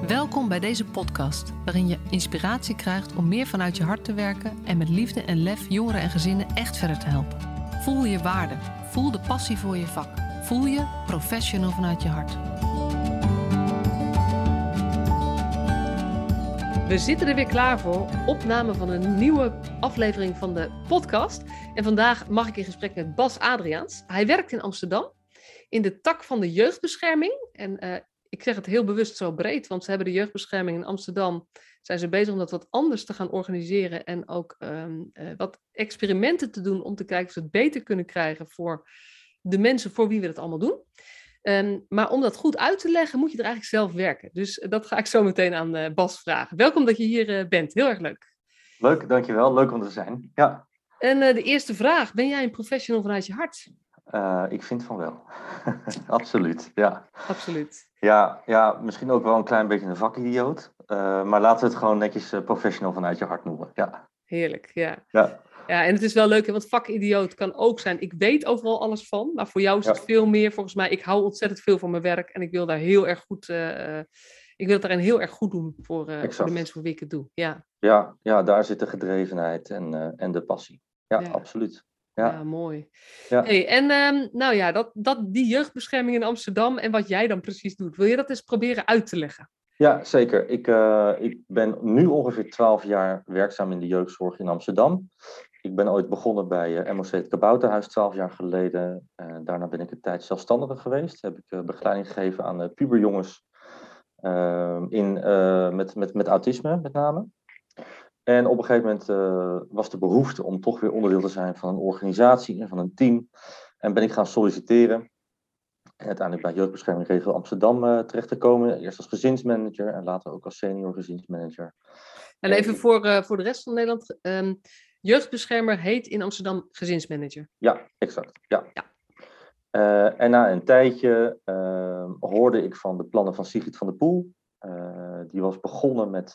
Welkom bij deze podcast, waarin je inspiratie krijgt om meer vanuit je hart te werken en met liefde en lef jongeren en gezinnen echt verder te helpen. Voel je waarde, voel de passie voor je vak, voel je professional vanuit je hart. We zitten er weer klaar voor, opname van een nieuwe aflevering van de podcast. En vandaag mag ik in gesprek met Bas Adriaans. Hij werkt in Amsterdam in de tak van de jeugdbescherming. En ik zeg het heel bewust zo breed, want ze hebben de jeugdbescherming in Amsterdam. Zijn ze bezig om dat wat anders te gaan organiseren en ook wat experimenten te doen om te kijken of ze het beter kunnen krijgen voor de mensen voor wie we het allemaal doen. Maar om dat goed uit te leggen, moet je er eigenlijk zelf werken. Dus dat ga ik zo meteen aan Bas vragen. Welkom dat je hier bent. Heel erg leuk. Leuk, dankjewel. Leuk om te zijn. Ja. En de eerste vraag. Ben jij een professional vanuit je hart? Ik vind van wel. Absoluut, ja. Absoluut. Ja, misschien ook wel een klein beetje een vakidioot. Maar laten we het gewoon netjes professional vanuit je hart noemen. Ja. Heerlijk, ja. Ja. Ja, en het is wel leuk, hè, want vakidioot kan ook zijn. Ik weet overal alles van, maar voor jou is het veel meer. Volgens mij, ik hou ontzettend veel van mijn werk en ik wil daar heel erg goed. Ik wil het daarin heel erg goed doen voor de mensen voor wie ik het doe. Ja, daar zit de gedrevenheid en de passie. Ja, absoluut. Ja, mooi. Ja. Hey, en die jeugdbescherming in Amsterdam en wat jij dan precies doet, wil je dat eens proberen uit te leggen? Ja, zeker. Ik ben nu ongeveer 12 jaar werkzaam in de jeugdzorg in Amsterdam. Ik ben ooit begonnen bij MOC Het Kabouterhuis 12 jaar geleden. Daarna ben ik een tijd zelfstandige geweest. Heb ik begeleiding gegeven aan puberjongens met autisme met name. En op een gegeven moment was de behoefte om toch weer onderdeel te zijn van een organisatie en van een team. En ben ik gaan solliciteren. En uiteindelijk bij Jeugdbescherming Regio Amsterdam terecht te komen. Eerst als gezinsmanager en later ook als senior gezinsmanager. En even voor de rest van Nederland. Jeugdbeschermer heet in Amsterdam gezinsmanager. Ja, exact. Ja. En na een tijdje hoorde ik van de plannen van Sigrid van der Poel. Die was begonnen met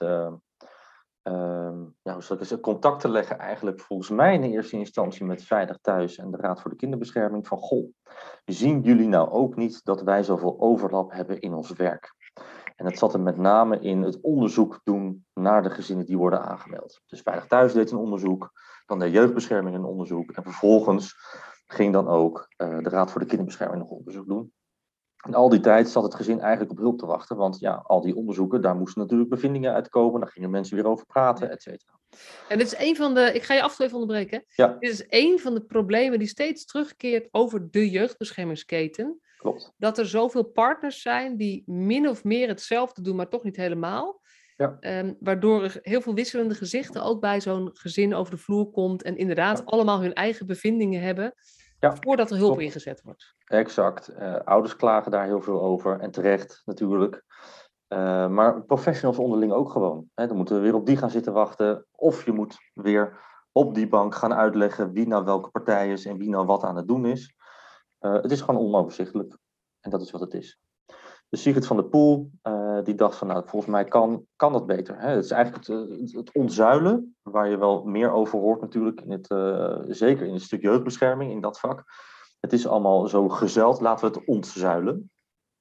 contact te leggen eigenlijk volgens mij in de eerste instantie met Veilig Thuis en de Raad voor de Kinderbescherming. Van goh, zien jullie nou ook niet dat wij zoveel overlap hebben in ons werk? En dat zat er met name in het onderzoek doen naar de gezinnen die worden aangemeld. Dus Veilig Thuis deed een onderzoek, dan de Jeugdbescherming een onderzoek. En vervolgens ging dan ook de Raad voor de Kinderbescherming nog onderzoek doen. En al die tijd zat het gezin eigenlijk op hulp te wachten. Want ja, al die onderzoeken, daar moesten natuurlijk bevindingen uitkomen. Daar gingen mensen weer over praten, et cetera. En dit is een van de... Ik ga je af en toe even onderbreken. Ja. Dit is een van de problemen die steeds terugkeert over de jeugdbeschermingsketen. Klopt. Dat er zoveel partners zijn die min of meer hetzelfde doen, maar toch niet helemaal. Ja. Waardoor er heel veel wisselende gezichten ook bij zo'n gezin over de vloer komt. En inderdaad allemaal hun eigen bevindingen hebben. Ja, voordat er hulp ingezet wordt. Exact. Ouders klagen daar heel veel over. En terecht natuurlijk. Maar professionals onderling ook gewoon. Dan moeten we weer op die gaan zitten wachten. Of je moet weer op die bank gaan uitleggen wie nou welke partij is en wie nou wat aan het doen is. Het is gewoon onoverzichtelijk. En dat is wat het is. Dus Sigrid van der Poel, die dacht van nou, volgens mij kan dat beter. Hè? Het is eigenlijk het ontzuilen, waar je wel meer over hoort natuurlijk, zeker in het stuk jeugdbescherming, in dat vak. Het is allemaal zo gezuild, laten we het ontzuilen.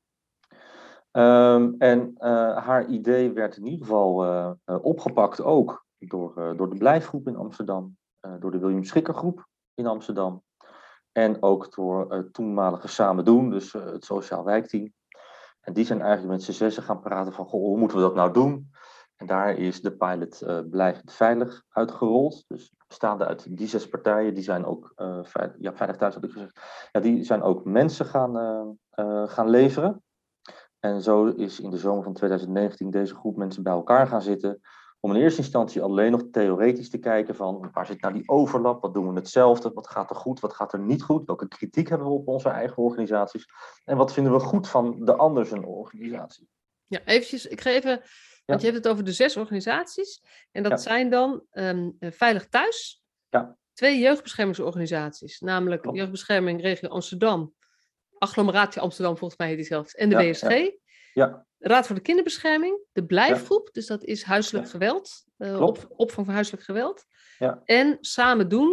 Haar idee werd in ieder geval opgepakt ook door de Blijfgroep in Amsterdam, door de William Schikker Groep in Amsterdam. En ook door het toenmalige Samen Doen, dus het Sociaal Wijkteam. En die zijn eigenlijk met z'n zessen gaan praten van, goh, hoe moeten we dat nou doen? En daar is de pilot Blijvend Veilig uitgerold. Dus bestaande uit die 6 partijen, die zijn ook, Veilig Thuis had ik gezegd, ja, die zijn ook mensen gaan leveren. En zo is in de zomer van 2019 deze groep mensen bij elkaar gaan zitten, om in eerste instantie alleen nog theoretisch te kijken van, waar zit nou die overlap, wat doen we hetzelfde, wat gaat er goed, wat gaat er niet goed, welke kritiek hebben we op onze eigen organisaties en wat vinden we goed van de ander zijn organisatie. Ja, eventjes, ik ga even, want je hebt het over de 6 organisaties en dat zijn dan Veilig Thuis, 2 jeugdbeschermingsorganisaties, namelijk Jeugdbescherming Regio Amsterdam, Agglomeratie Amsterdam volgens mij heet die zelfs, en de WSG. Ja. Raad voor de Kinderbescherming, de Blijfgroep, dus dat is huiselijk geweld, opvang van huiselijk geweld. Ja. En Samen Doen,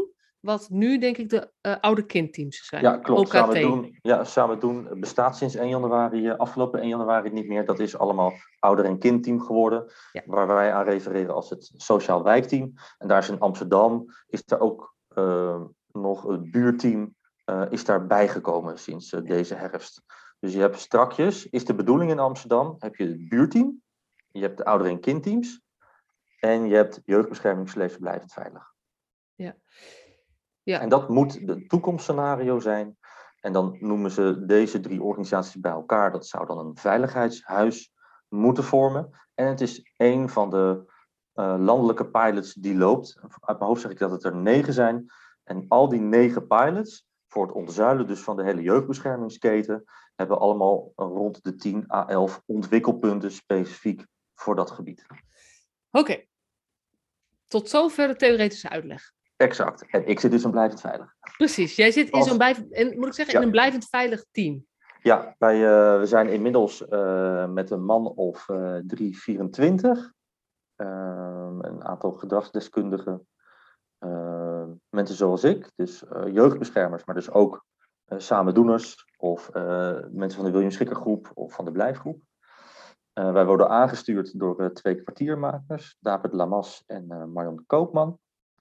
wat nu denk ik de oude kindteams zijn. Ja, klopt. OKT. Samen doen bestaat sinds 1 januari, afgelopen 1 januari niet meer. Dat is allemaal ouder- en kindteam geworden, waar wij aan refereren als het sociaal wijkteam. En daar is in Amsterdam, is er ook nog het buurteam, is daar bijgekomen sinds deze herfst. Dus je hebt strakjes, is de bedoeling in Amsterdam, heb je het buurteam, je hebt de ouder- en kindteams en je hebt jeugdbescherming / blijvend veilig. Ja. Ja. En dat moet het toekomstscenario zijn. En dan noemen ze deze 3 organisaties bij elkaar. Dat zou dan een veiligheidshuis moeten vormen. En het is een van de landelijke pilots die loopt. Uit mijn hoofd zeg ik dat het er 9 zijn. En al die 9 pilots, voor het ontzuilen dus van de hele jeugdbeschermingsketen, hebben allemaal rond de 10 à 11 ontwikkelpunten specifiek voor dat gebied. Oké. Tot zover de theoretische uitleg. Exact. En ik zit dus in blijvend veilig. Precies. Jij zit in zo'n in een blijvend veilig team. Ja, we zijn inmiddels met een man of 24. Een aantal gedragsdeskundigen. Mensen zoals ik, dus jeugdbeschermers, maar dus ook samendoeners of mensen van de William Schikker groep of van de blijfgroep. Wij worden aangestuurd door 2 kwartiermakers, David Lamas en Marion Koopman.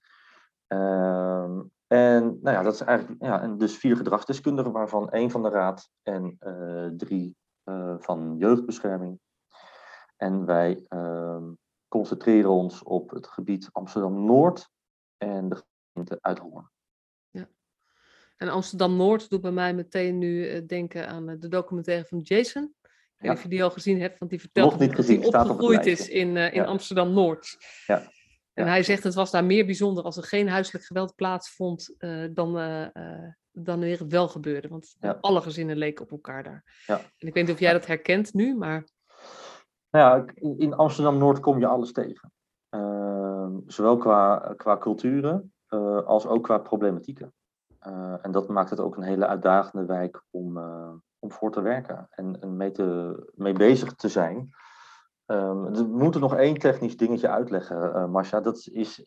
En nou ja, dat is eigenlijk en dus 4 gedragsdeskundigen, waarvan 1 van de raad en 3 van jeugdbescherming. En wij concentreren ons op het gebied Amsterdam-Noord en de gemeente Uithoorn. Ja. En Amsterdam-Noord doet bij mij meteen nu denken aan de documentaire van Jason. Ik weet niet of je die al gezien hebt, want die vertelt dat hij opgegroeid is in Amsterdam-Noord. Ja. En hij zegt, het was daar meer bijzonder als er geen huiselijk geweld plaatsvond dan wanneer het wel gebeurde. Want alle gezinnen leken op elkaar daar. Ja. En ik weet niet of jij dat herkent nu, maar... Nou ja, in Amsterdam-Noord kom je alles tegen. Zowel qua culturen als ook qua problematieken. En dat maakt het ook een hele uitdagende wijk om voor te werken en mee bezig te zijn. We moeten nog 1 technisch dingetje uitleggen, Marcia. Dat is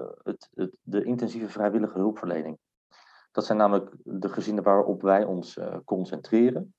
de intensieve vrijwillige hulpverlening. Dat zijn namelijk de gezinnen waarop wij ons concentreren.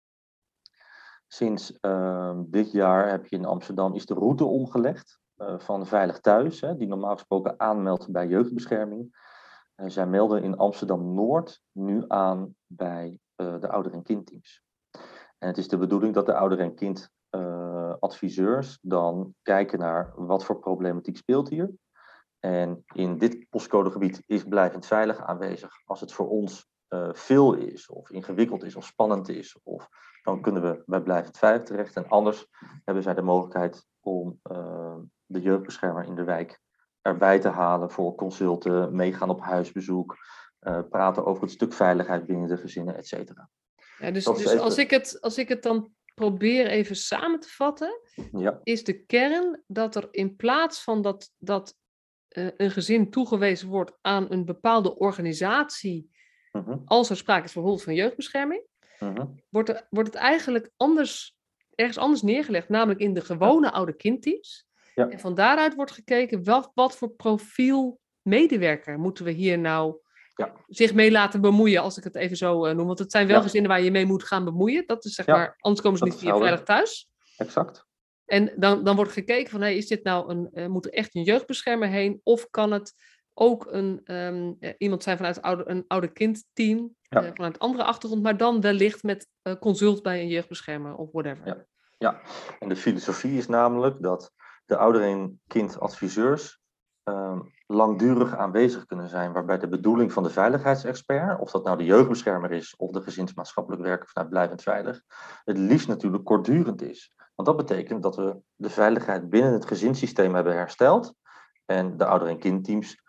Sinds dit jaar heb je in Amsterdam is de route omgelegd van Veilig Thuis, die normaal gesproken aanmeldt bij jeugdbescherming. Zij melden in Amsterdam-Noord nu aan bij de ouder- en kindteams. En het is de bedoeling dat de ouder- en kindadviseurs dan kijken naar wat voor problematiek speelt hier. En in dit postcodegebied is blijvend veilig aanwezig. Als het voor ons veel is, of ingewikkeld is, of spannend is, dan kunnen we bij blijvend veilig terecht. En anders hebben zij de mogelijkheid om de jeugdbeschermer in de wijk erbij te halen voor consulten, meegaan op huisbezoek, praten over het stuk veiligheid binnen de gezinnen, et cetera. Ja, dus even... als ik het dan probeer even samen te vatten, is de kern dat er in plaats van dat een gezin toegewezen wordt aan een bepaalde organisatie, als er sprake is bijvoorbeeld van jeugdbescherming, wordt het eigenlijk ergens anders neergelegd, namelijk in de gewone oude kindteams. Ja. En van daaruit wordt gekeken, wat voor profiel medewerker moeten we hier nou zich mee laten bemoeien, als ik het even zo noem. Want het zijn wel gezinnen waar je mee moet gaan bemoeien. Dat is maar, anders komen ze niet via Veilig Thuis. Exact. En dan wordt gekeken van, is dit nou moet er echt een jeugdbeschermer heen? Of kan het ook iemand zijn vanuit een oude kindteam, vanuit andere achtergrond, maar dan wellicht met consult bij een jeugdbeschermer of whatever. Ja, en de filosofie is namelijk dat de ouder- en kindadviseurs langdurig aanwezig kunnen zijn, waarbij de bedoeling van de veiligheidsexpert, of dat nou de jeugdbeschermer is of de gezinsmaatschappelijk werker vanuit blijvend veilig, het liefst natuurlijk kortdurend is. Want dat betekent dat we de veiligheid binnen het gezinssysteem hebben hersteld en de ouder- en kindteams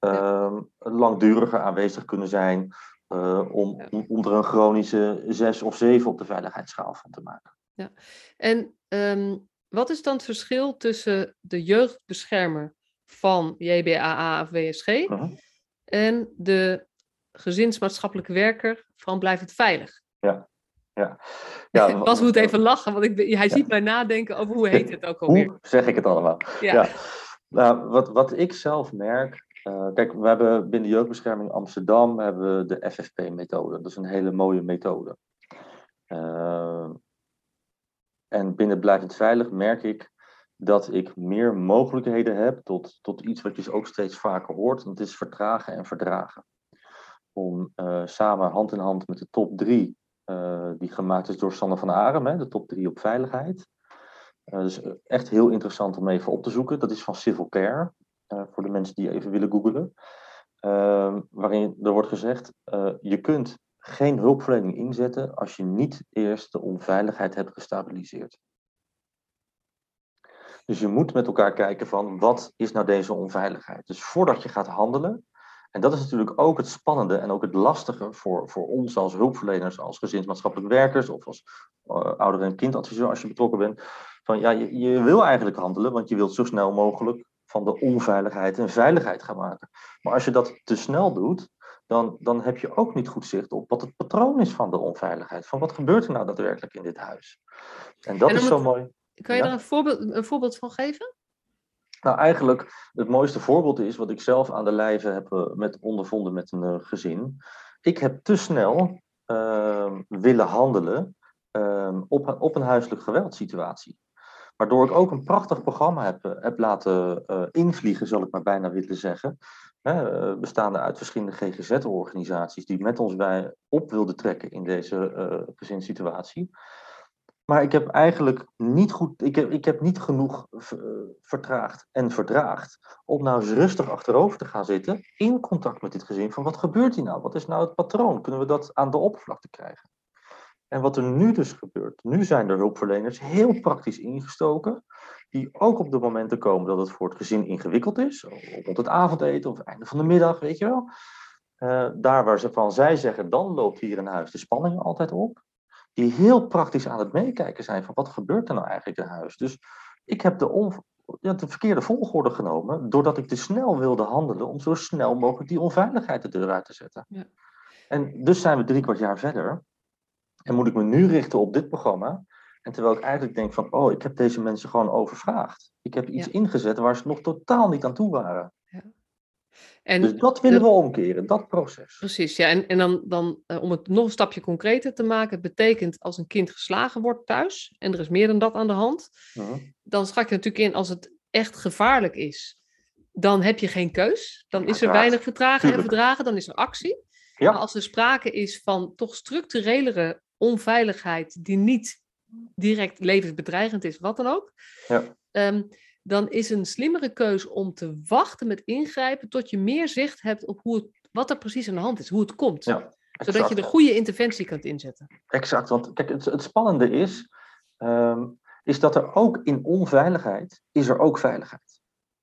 langduriger aanwezig kunnen zijn om er een chronische 6 of 7 op de veiligheidsschaal van te maken. Ja, en wat is dan het verschil tussen de jeugdbeschermer van JBAA of WSG en de gezinsmaatschappelijke werker van Blijvend Veilig? Bas moet even lachen, want hij ziet mij nadenken over hoe heet het ook alweer. Hoe zeg ik het allemaal? Ja. Nou, wat ik zelf merk, Kijk, we hebben binnen Jeugdbescherming Amsterdam hebben we de FFP-methode. Dat is een hele mooie methode. En binnen Blijvend Veilig merk ik dat ik meer mogelijkheden heb tot iets wat je ook steeds vaker hoort. En dat is vertragen en verdragen. Om samen hand in hand met de top 3, die gemaakt is door Sanne van Arem, de top 3 op veiligheid. Dus echt heel interessant om even op te zoeken. Dat is van Civil Care, voor de mensen die even willen googlen. Waarin er wordt gezegd, je kunt geen hulpverlening inzetten als je niet eerst de onveiligheid hebt gestabiliseerd. Dus je moet met elkaar kijken van, wat is nou deze onveiligheid? Dus voordat je gaat handelen, en dat is natuurlijk ook het spannende en ook het lastige voor ons als hulpverleners, als gezinsmaatschappelijk werkers of als ouder- en kindadviseur als je betrokken bent. Van, ja, je wil eigenlijk handelen, want je wilt zo snel mogelijk van de onveiligheid een veiligheid gaan maken. Maar als je dat te snel doet, dan heb je ook niet goed zicht op wat het patroon is van de onveiligheid. Van wat gebeurt er nou daadwerkelijk in dit huis? En dat is zo mooi. Kan je daar een voorbeeld van geven? Nou, eigenlijk het mooiste voorbeeld is wat ik zelf aan de lijve heb ondervonden met een gezin. Ik heb te snel willen handelen op een huiselijk geweldsituatie. Waardoor ik ook een prachtig programma heb laten invliegen, zal ik maar bijna willen zeggen. Bestaande uit verschillende GGZ-organisaties die met ons op wilden trekken in deze gezinssituatie. Maar ik heb eigenlijk ik heb niet genoeg vertraagd en verdraagd om nou eens rustig achterover te gaan zitten in contact met dit gezin. Van wat gebeurt hier nou? Wat is nou het patroon? Kunnen we dat aan de oppervlakte krijgen? En wat er nu dus gebeurt, nu zijn er hulpverleners heel praktisch ingestoken, die ook op de momenten komen dat het voor het gezin ingewikkeld is, rond het avondeten of het einde van de middag, weet je wel. Daar waar zij zeggen, dan loopt hier in huis de spanning altijd op. Die heel praktisch aan het meekijken zijn van wat gebeurt er nou eigenlijk in huis. Dus ik heb de verkeerde volgorde genomen, doordat ik te snel wilde handelen om zo snel mogelijk die onveiligheid de deur uit te zetten. Ja. En dus zijn we 3/4 jaar verder. En moet ik me nu richten op dit programma. En terwijl ik eigenlijk denk van, ik heb deze mensen gewoon overvraagd. Ik heb iets ingezet waar ze nog totaal niet aan toe waren. Ja. En dus dat willen we omkeren, dat proces. Precies, ja. En dan om het nog een stapje concreter te maken, het betekent als een kind geslagen wordt thuis, en er is meer dan dat aan de hand, dan schat je natuurlijk in als het echt gevaarlijk is, dan heb je geen keus. Dan is er weinig vertragen en verdragen, dan is er actie. Ja. Maar als er sprake is van toch structurelere onveiligheid die niet direct levensbedreigend is, wat dan ook, dan is een slimmere keus om te wachten met ingrijpen tot je meer zicht hebt op wat er precies aan de hand is, hoe het komt. Ja, zodat je de goede interventie kunt inzetten. Exact, want kijk, het spannende is dat er ook in onveiligheid is er ook veiligheid.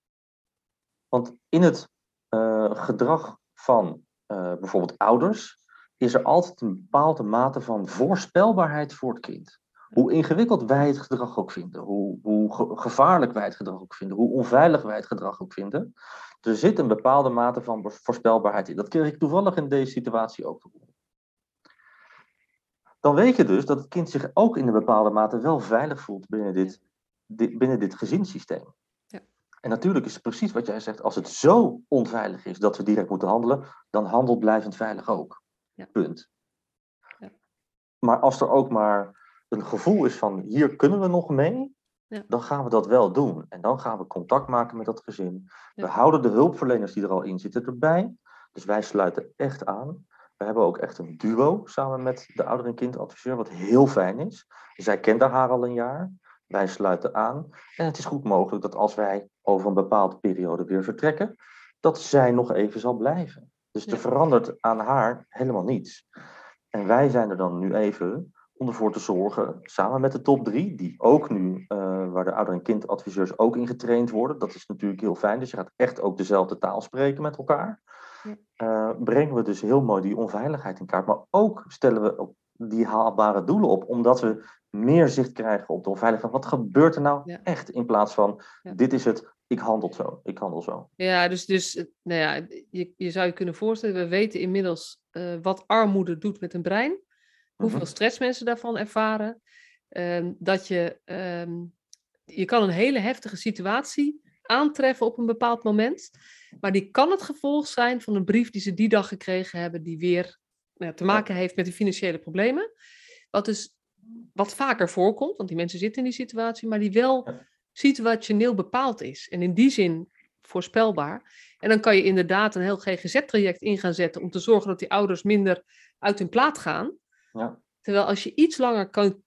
Want in het gedrag van bijvoorbeeld ouders is er altijd een bepaalde mate van voorspelbaarheid voor het kind. Hoe ingewikkeld wij het gedrag ook vinden, hoe gevaarlijk wij het gedrag ook vinden, hoe onveilig wij het gedrag ook vinden, er zit een bepaalde mate van voorspelbaarheid in. Dat kreeg ik toevallig in deze situatie ook te horen. Dan weet je dus dat het kind zich ook in een bepaalde mate wel veilig voelt binnen dit gezinssysteem. Ja. En natuurlijk is het precies wat jij zegt, als het zo onveilig is dat we direct moeten handelen, dan handelt Blijvend Veilig ook. Ja. Punt. Ja. Maar als er ook maar een gevoel is van, hier kunnen we nog mee, dan gaan we dat wel doen. En dan gaan we contact maken met dat gezin. Ja. We houden de hulpverleners die er al in zitten erbij. Dus wij sluiten echt aan. We hebben ook echt een duo samen met de ouder- en kindadviseur, wat heel fijn is. Zij kent haar al een jaar. Wij sluiten aan. En het is goed mogelijk dat als wij over een bepaalde periode weer vertrekken, dat zij nog even zal blijven. Dus er verandert aan haar helemaal niets. En wij zijn er dan nu even om ervoor te zorgen, samen met de top 3, die ook nu, waar de ouder- en kindadviseurs ook in getraind worden, dat is natuurlijk heel fijn, dus je gaat echt ook dezelfde taal spreken met elkaar. Brengen we dus heel mooi die onveiligheid in kaart, maar ook stellen we die haalbare doelen op, omdat we meer zicht krijgen op de onveiligheid. Wat gebeurt er nou echt, in plaats van, dit is het, ik handel zo. Ja, dus nou ja, je zou je kunnen voorstellen, we weten inmiddels wat armoede doet met een brein, hoeveel stress mensen daarvan ervaren, dat je kan een hele heftige situatie aantreffen op een bepaald moment. Maar die kan het gevolg zijn van een brief die ze die dag gekregen hebben, die weer te maken heeft met die financiële problemen. Wat vaker voorkomt, want die mensen zitten in die situatie, maar die wel situationeel bepaald is. En in die zin voorspelbaar. En dan kan je inderdaad een heel GGZ-traject in gaan zetten om te zorgen dat die ouders minder uit hun plaat gaan. Ja. Terwijl als je iets langer kan,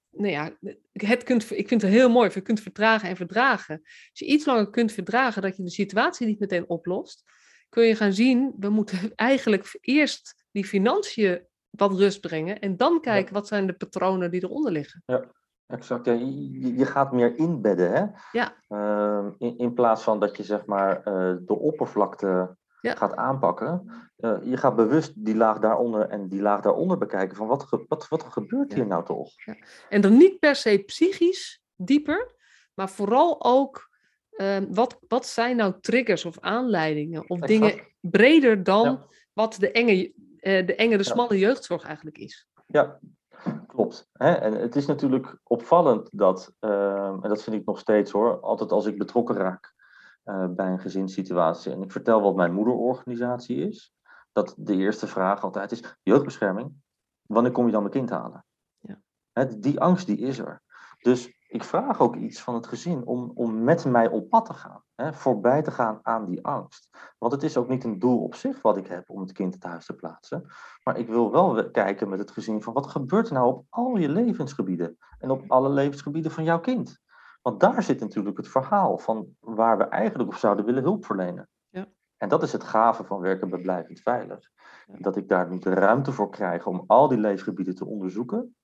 ik vind het heel mooi, je kunt vertragen en verdragen. Als je iets langer kunt verdragen dat je de situatie niet meteen oplost, kun je gaan zien, we moeten eigenlijk eerst die financiën wat rust brengen en dan kijken wat zijn de patronen die eronder liggen. Ja, exact. Ja, je gaat meer inbedden, hè? Ja. In plaats van dat je zeg maar de oppervlakte gaat aanpakken. Je gaat bewust die laag daaronder en die laag daaronder bekijken van wat gebeurt hier nou toch? Ja. En dan niet per se psychisch dieper, maar vooral ook wat zijn nou triggers of aanleidingen of dingen breder dan wat de smalle jeugdzorg eigenlijk is. Ja, klopt. En het is natuurlijk opvallend dat, en dat vind ik nog steeds hoor, altijd als ik betrokken raak bij een gezinssituatie en ik vertel wat mijn moederorganisatie is, dat de eerste vraag altijd is, jeugdbescherming, wanneer kom je dan mijn kind halen? Ja. Die angst die is er. Dus ik vraag ook iets van het gezin om met mij op pad te gaan. Voorbij te gaan aan die angst. Want het is ook niet een doel op zich wat ik heb om het kind het huis te plaatsen. Maar ik wil wel kijken met het gezin van wat gebeurt er nou op al je levensgebieden. En op alle levensgebieden van jouw kind. Want daar zit natuurlijk het verhaal van waar we eigenlijk op zouden willen hulp verlenen. Ja. En dat is het gave van werken bij Blijvend Veilig. Ja. Dat ik daar nu de ruimte voor krijg om al die leefgebieden te onderzoeken.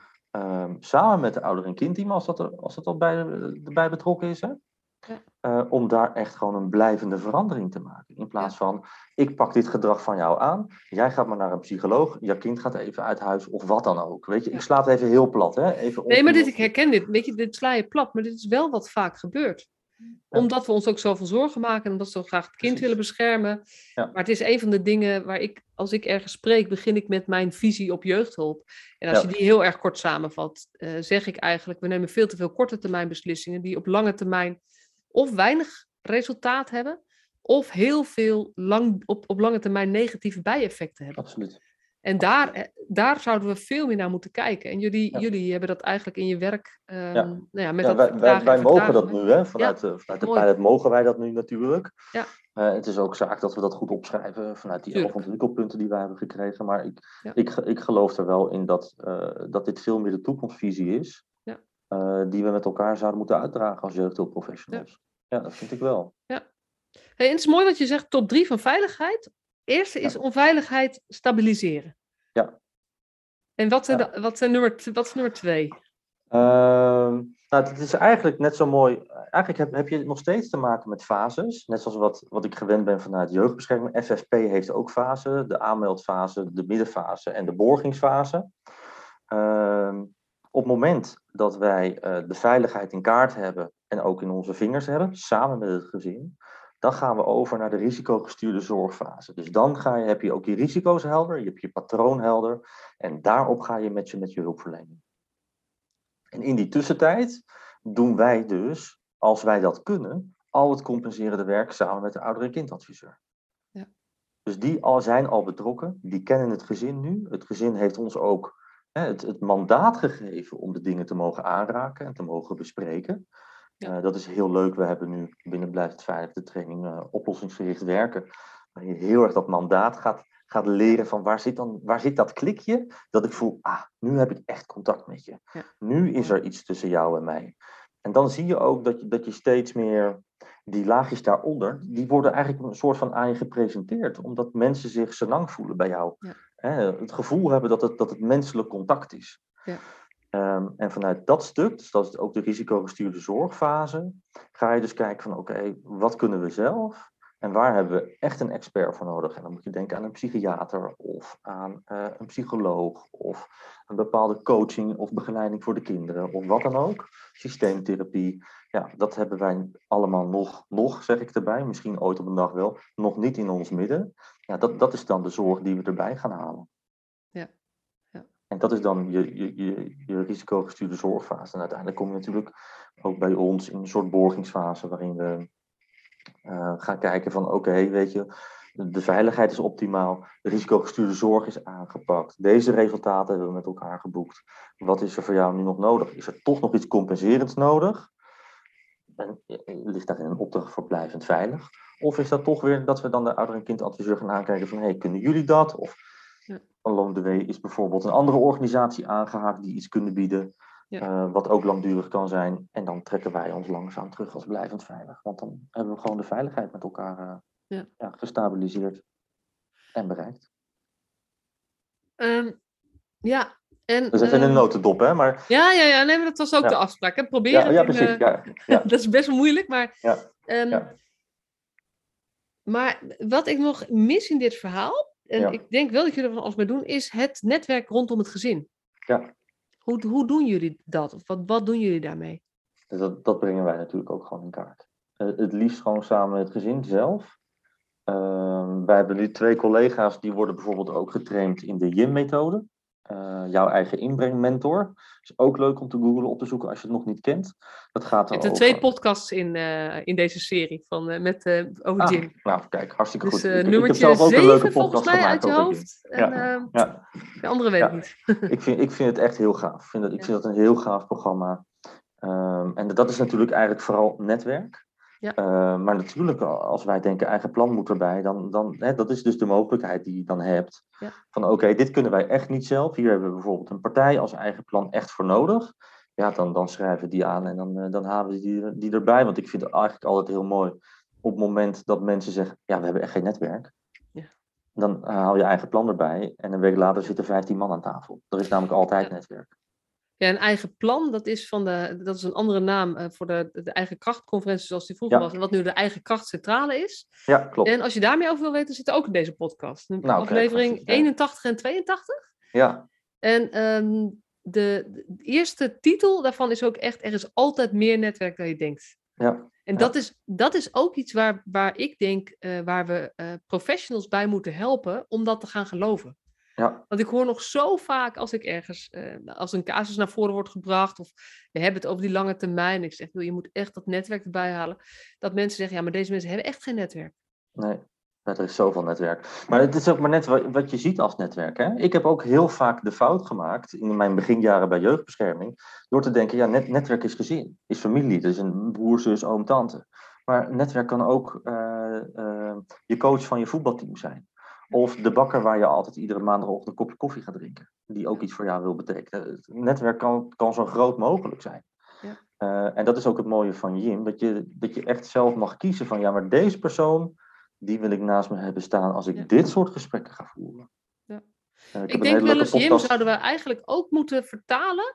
Samen met de ouder- en kindteam, als dat al bij betrokken is. Hè? Ja. Om daar echt gewoon een blijvende verandering te maken. In plaats van, ik pak dit gedrag van jou aan, jij gaat maar naar een psycholoog, je kind gaat even uit huis of wat dan ook. Weet je, ik sla het even heel plat. Hè? Nee, maar ik herken dit. Weet je, dit sla je plat, maar dit is wel wat vaak gebeurt. Ja. Omdat we ons ook zoveel zorgen maken en omdat we zo graag het kind willen beschermen. Ja. Maar het is een van de dingen waar als ik ergens spreek, begin ik met mijn visie op jeugdhulp. En als je die heel erg kort samenvat, zeg ik eigenlijk, we nemen veel te veel korte termijn beslissingen die op lange termijn of weinig resultaat hebben, of heel veel op lange termijn negatieve bijeffecten hebben. Absoluut. En daar zouden we veel meer naar moeten kijken. En jullie hebben dat eigenlijk in je werk. Wij mogen dat nu, hè? Vanuit de pilot mogen wij dat nu natuurlijk. Ja. Het is ook zaak dat we dat goed opschrijven vanuit die 11 ontwikkelpunten die wij hebben gekregen. Maar ik geloof er wel in dat dit veel meer de toekomstvisie is. Ja. Die we met elkaar zouden moeten uitdragen als jeugdhulpprofessionals. Ja, dat vind ik wel. Ja. Hey, en het is mooi wat je zegt, top 3 van veiligheid. Eerste is onveiligheid stabiliseren. Ja. En wat is nummer 2? Het is eigenlijk net zo mooi. Eigenlijk heb je nog steeds te maken met fases. Net zoals wat ik gewend ben vanuit jeugdbescherming. FFP heeft ook fasen. De aanmeldfase, de middenfase en de borgingsfase. Op het moment dat wij de veiligheid in kaart hebben en ook in onze vingers hebben, samen met het gezin, dan gaan we over naar de risicogestuurde zorgfase. Dus dan heb je ook je risico's helder, je hebt je patroon helder en daarop ga je met je hulpverlening. En in die tussentijd doen wij dus, als wij dat kunnen, al het compenserende werk samen met de ouder- en kindadviseur. Ja. Dus die zijn al betrokken, die kennen het gezin nu. Het gezin heeft ons ook het mandaat gegeven om de dingen te mogen aanraken en te mogen bespreken. Ja. Dat is heel leuk. We hebben nu binnen Blijvend Veilig de training oplossingsgericht werken. Waar je heel erg dat mandaat gaat leren van waar zit dat klikje? Dat ik voel, nu heb ik echt contact met je. Ja. Nu is er iets tussen jou en mij. En dan zie je ook dat je steeds meer die laagjes daaronder, die worden eigenlijk een soort van aan je gepresenteerd. Omdat mensen zich senang voelen bij jou. Ja. Het gevoel hebben dat het menselijk contact is. Ja. En vanuit dat stuk, dus dat is ook de risicogestuurde zorgfase, ga je dus kijken van oké, wat kunnen we zelf en waar hebben we echt een expert voor nodig? En dan moet je denken aan een psychiater of aan een psycholoog of een bepaalde coaching of begeleiding voor de kinderen of wat dan ook. Systeemtherapie, ja, dat hebben wij allemaal nog zeg ik erbij, misschien ooit op een dag wel, nog niet in ons midden. Ja, dat is dan de zorg die we erbij gaan halen. Ja. En dat is dan je risicogestuurde zorgfase. En uiteindelijk kom je natuurlijk ook bij ons in een soort borgingsfase waarin we Gaan kijken van oké, weet je, de veiligheid is optimaal, de risicogestuurde zorg is aangepakt. Deze resultaten hebben we met elkaar geboekt. Wat is er voor jou nu nog nodig? Is er toch nog iets compenserends nodig? En ligt daarin een opdracht voor blijvend veilig? Of is dat toch weer dat we dan de ouder- en kindadviseur gaan aankijken van kunnen jullie dat? Of van Loon de Wee is bijvoorbeeld een andere organisatie aangehaakt die iets kunnen bieden. Wat ook langdurig kan zijn. En dan trekken wij ons langzaam terug als blijvend veilig. Want dan hebben we gewoon de veiligheid met elkaar gestabiliseerd en bereikt. En, dus even in een notendop, hè? Maar... Ja, nee, maar dat was ook de afspraak. Hè? Proberen. Ja, precies. Dat is best wel moeilijk, maar... Maar wat ik nog mis in dit verhaal, en ik denk wel dat jullie er van alles mee doen, is het netwerk rondom het gezin. Ja. Hoe doen jullie dat? Of wat doen jullie daarmee? Dat brengen wij natuurlijk ook gewoon in kaart. Het liefst gewoon samen met het gezin zelf. Wij hebben nu 2 collega's die worden bijvoorbeeld ook getraind in de YIM-methode. Jouw eigen inbrengmentor. Is ook leuk om te googlen, op te zoeken als je het nog niet kent. Dat gaat er 2 podcasts in deze serie over YIM. Nou, kijk, hartstikke goed. Ik heb zelf ook 7, een leuke podcast gemaakt over hoofd. De andere weet ik niet. ik vind het echt heel gaaf. Ik vind dat een heel gaaf programma. En dat is natuurlijk eigenlijk vooral netwerk. Maar natuurlijk, als wij denken eigen plan moet erbij, dan dat is dus de mogelijkheid die je dan hebt. Van oké, dit kunnen wij echt niet zelf. Hier hebben we bijvoorbeeld een partij als eigen plan echt voor nodig. Ja, dan schrijven we die aan en dan halen we die erbij. Want ik vind het eigenlijk altijd heel mooi op het moment dat mensen zeggen, ja, we hebben echt geen netwerk. Dan haal je eigen plan erbij en een week later zitten 15 man aan tafel. Er is namelijk altijd netwerk. Ja, een eigen plan, dat is een andere naam voor de eigen krachtconferentie zoals die vroeger was. En wat nu de eigen krachtcentrale is. Ja, klopt. En als je daarmee over wil weten, zit er ook in deze podcast. Aflevering 81 en 82. Ja. En de eerste titel daarvan is ook echt, er is altijd meer netwerk dan je denkt. Ja. En dat is ook iets waar ik denk, waar we professionals bij moeten helpen om dat te gaan geloven. Ja. Want ik hoor nog zo vaak als ik ergens, als een casus naar voren wordt gebracht, of we hebben het over die lange termijn, ik zeg, je moet echt dat netwerk erbij halen, dat mensen zeggen, ja, maar deze mensen hebben echt geen netwerk. Nee, er is zoveel netwerk. Maar het is ook maar net wat je ziet als netwerk. Hè? Ik heb ook heel vaak de fout gemaakt, in mijn beginjaren bij jeugdbescherming, door te denken, ja, netwerk is gezin, is familie, dus een broer, zus, oom, tante. Maar netwerk kan ook je coach van je voetbalteam zijn. Of de bakker waar je altijd iedere maandagochtend een kopje koffie gaat drinken. Die ook iets voor jou wil betekenen. Het netwerk kan zo groot mogelijk zijn. Ja. En dat is ook het mooie van YIM. Dat je echt zelf mag kiezen van, ja, maar deze persoon, die wil ik naast me hebben staan als ik dit soort gesprekken ga voeren. Ja. Ik denk wel eens, YIM zouden we eigenlijk ook moeten vertalen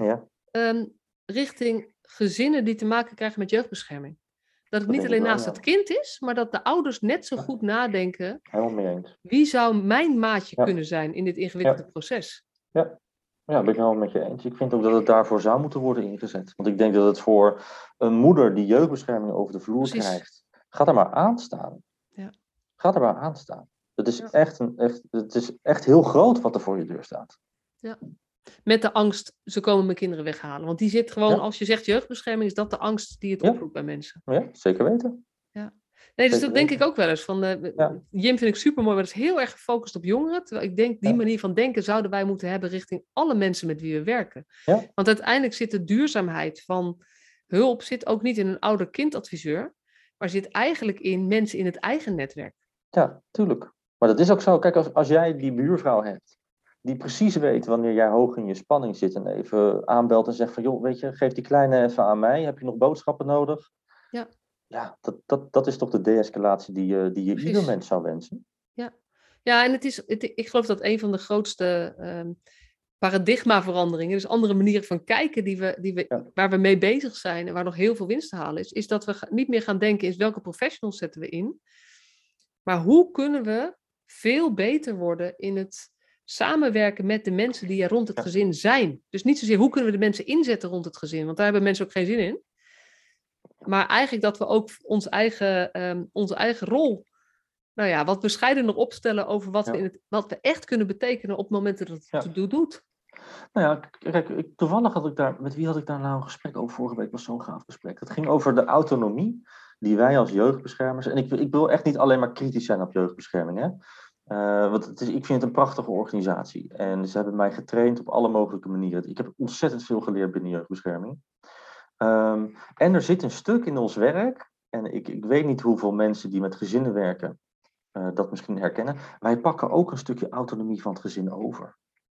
richting gezinnen die te maken krijgen met jeugdbescherming. Dat het niet alleen naast het kind is, maar dat de ouders net zo goed nadenken. Helemaal mee eens. Wie zou mijn maatje kunnen zijn in dit ingewikkelde proces? Ja, ben ik helemaal met je eens. Ik vind ook dat het daarvoor zou moeten worden ingezet. Want ik denk dat het voor een moeder die jeugdbescherming over de vloer krijgt, gaat er maar aan staan. Ja. Gaat er maar aan staan. Het is, het is echt heel groot wat er voor je deur staat. Ja. Met de angst, ze komen mijn kinderen weghalen. Want die zit gewoon, als je zegt jeugdbescherming, is dat de angst die het oproept bij mensen. Ja, zeker weten. Ja. Nee, dus dat denk ik ook wel eens. YIM vind ik super mooi, maar dat is heel erg gefocust op jongeren. Terwijl ik denk, die manier van denken zouden wij moeten hebben richting alle mensen met wie we werken. Ja. Want uiteindelijk zit de duurzaamheid van hulp zit ook niet in een ouder-kindadviseur, maar zit eigenlijk in mensen in het eigen netwerk. Ja, tuurlijk. Maar dat is ook zo. Kijk, als jij die buurvrouw hebt, die precies weet wanneer jij hoog in je spanning zit en even aanbelt en zegt van, joh, weet je, geef die kleine even aan mij. Heb je nog boodschappen nodig? Ja. Ja, dat is toch de de-escalatie die je ieder mens zou wensen? Ja, en ik geloof dat een van de grootste paradigmaveranderingen, dus andere manieren van kijken waar we mee bezig zijn en waar nog heel veel winst te halen is dat we niet meer gaan denken in welke professionals zetten we in, maar hoe kunnen we veel beter worden in het samenwerken met de mensen die er rond het gezin zijn. Dus niet zozeer hoe kunnen we de mensen inzetten rond het gezin, want daar hebben mensen ook geen zin in. Maar eigenlijk dat we ook onze eigen rol, wat bescheidener opstellen over wat we echt kunnen betekenen op het moment dat het doet. Nou ja, kijk, toevallig met wie had ik daar nou een gesprek over vorige week, was zo'n gaaf gesprek. Het ging over de autonomie die wij als jeugdbeschermers... En ik wil echt niet alleen maar kritisch zijn op jeugdbescherming, hè. Want ik vind het een prachtige organisatie. En ze hebben mij getraind op alle mogelijke manieren. Ik heb ontzettend veel geleerd binnen jeugdbescherming. En er zit een stuk in ons werk... En ik weet niet hoeveel mensen die met gezinnen werken... dat misschien herkennen. Wij pakken ook een stukje autonomie van het gezin over.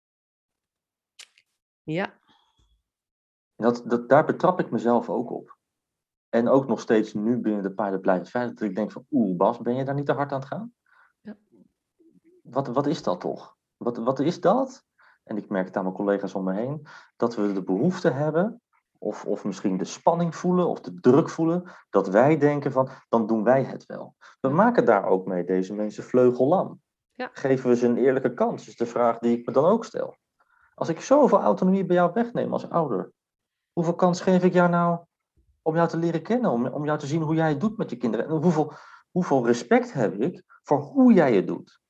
Ja. Daar betrap ik mezelf ook op. En ook nog steeds nu binnen de pilot blijft veilig. Dat ik denk van, Bas, ben je daar niet te hard aan het gaan? Ja. Wat is dat toch? Wat is dat? En ik merk het aan mijn collega's om me heen. Dat we de behoefte hebben, of misschien de spanning voelen, of de druk voelen. Dat wij denken van, dan doen wij het wel. We maken daar ook mee deze mensen vleugellam. Ja. Geven we ze een eerlijke kans? Is de vraag die ik me dan ook stel. Als ik zoveel autonomie bij jou wegneem als ouder. Hoeveel kans geef ik jou nou om jou te leren kennen? Om jou te zien hoe jij het doet met je kinderen? En hoeveel respect heb ik voor hoe jij het doet?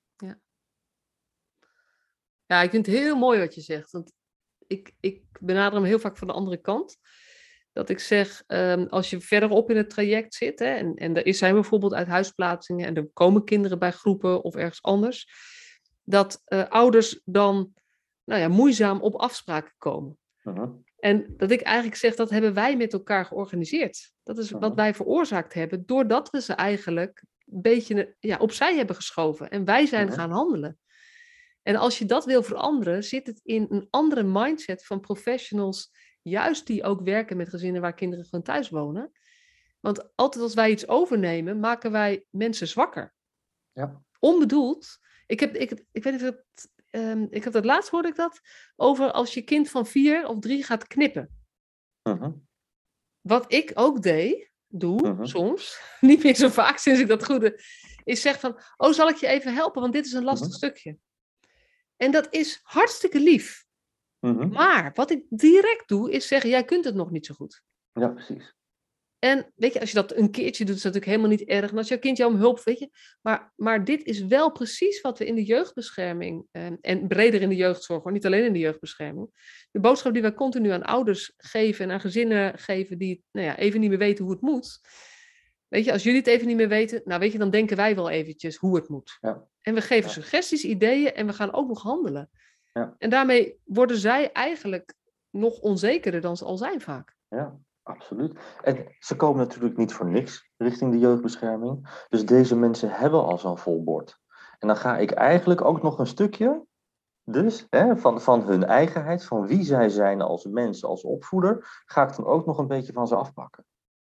Ja, ik vind het heel mooi wat je zegt. Want ik benader hem heel vaak van de andere kant. Dat ik zeg, als je verderop in het traject zit... Hè, en er zijn bijvoorbeeld uit huisplaatsingen... en er komen kinderen bij groepen of ergens anders... dat ouders dan moeizaam op afspraken komen. Uh-huh. En dat ik eigenlijk zeg, dat hebben wij met elkaar georganiseerd. Dat is wat wij veroorzaakt hebben... doordat we ze eigenlijk een beetje opzij hebben geschoven. En wij zijn gaan handelen. En als je dat wil veranderen, zit het in een andere mindset van professionals, juist die ook werken met gezinnen waar kinderen gewoon thuis wonen. Want altijd als wij iets overnemen, maken wij mensen zwakker. Ja. Onbedoeld. Ik weet niet of ik heb dat laatst hoorde ik dat, over als je kind van 4 of 3 gaat knippen. Uh-huh. Wat ik ook doe soms, niet meer zo vaak sinds ik dat goede, is zeg van, zal ik je even helpen, want dit is een lastig stukje. En dat is hartstikke lief. Maar wat ik direct doe, is zeggen, jij kunt het nog niet zo goed. Ja, precies. En weet je, als je dat een keertje doet, is dat natuurlijk helemaal niet erg. En als jouw kind jou om hulp, weet je. Maar dit is wel precies wat we in de jeugdbescherming, en breder in de jeugdzorg, maar niet alleen in de jeugdbescherming. De boodschap die wij continu aan ouders geven en aan gezinnen geven die even niet meer weten hoe het moet. Weet je, als jullie het even niet meer weten, dan denken wij wel eventjes hoe het moet. Ja. En we geven suggesties, ideeën en we gaan ook nog handelen. Ja. En daarmee worden zij eigenlijk nog onzekerder dan ze al zijn vaak. Ja, absoluut. En ze komen natuurlijk niet voor niks richting de jeugdbescherming. Dus deze mensen hebben al zo'n vol bord. En dan ga ik eigenlijk ook nog een stukje van hun eigenheid, van wie zij zijn als mens, als opvoeder, ga ik dan ook nog een beetje van ze afpakken.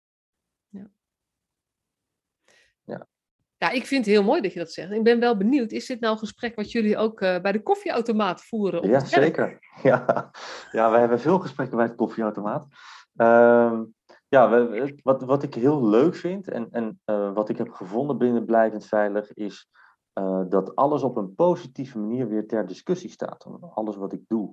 Ja, ik vind het heel mooi dat je dat zegt. Ik ben wel benieuwd, is dit nou een gesprek wat jullie ook bij de koffieautomaat voeren? Op het werk? Zeker. Ja, we hebben veel gesprekken bij de koffieautomaat. Wat ik heel leuk vind en wat ik heb gevonden binnen Blijvend Veilig is dat alles op een positieve manier weer ter discussie staat. Alles wat ik doe.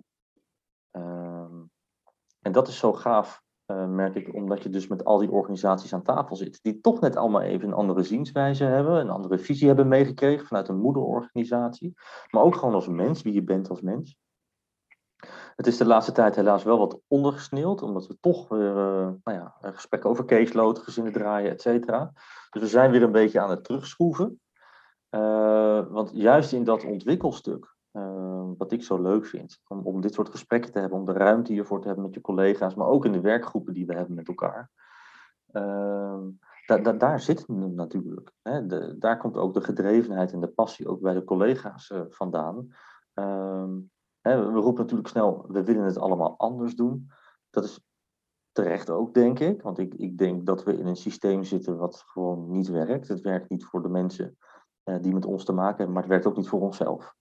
En dat is zo gaaf. Merk ik, omdat je dus met al die organisaties aan tafel zit, die toch net allemaal even een andere zienswijze hebben, een andere visie hebben meegekregen vanuit een moederorganisatie, maar ook gewoon als mens, wie je bent als mens. Het is de laatste tijd helaas wel wat ondergesneeuwd, omdat we toch weer gesprekken over caseload, gezinnen draaien, et cetera. Dus we zijn weer een beetje aan het terugschroeven. Want juist in dat ontwikkelstuk, wat ik zo leuk vind, om dit soort gesprekken te hebben, om de ruimte hiervoor te hebben met je collega's, maar ook in de werkgroepen die we hebben met elkaar. Daar zit het natuurlijk. Hè. Daar komt ook de gedrevenheid en de passie ook bij de collega's vandaan. We roepen natuurlijk snel, we willen het allemaal anders doen. Dat is terecht ook, denk ik. Want ik denk dat we in een systeem zitten wat gewoon niet werkt. Het werkt niet voor de mensen die met ons te maken hebben, maar het werkt ook niet voor onszelf.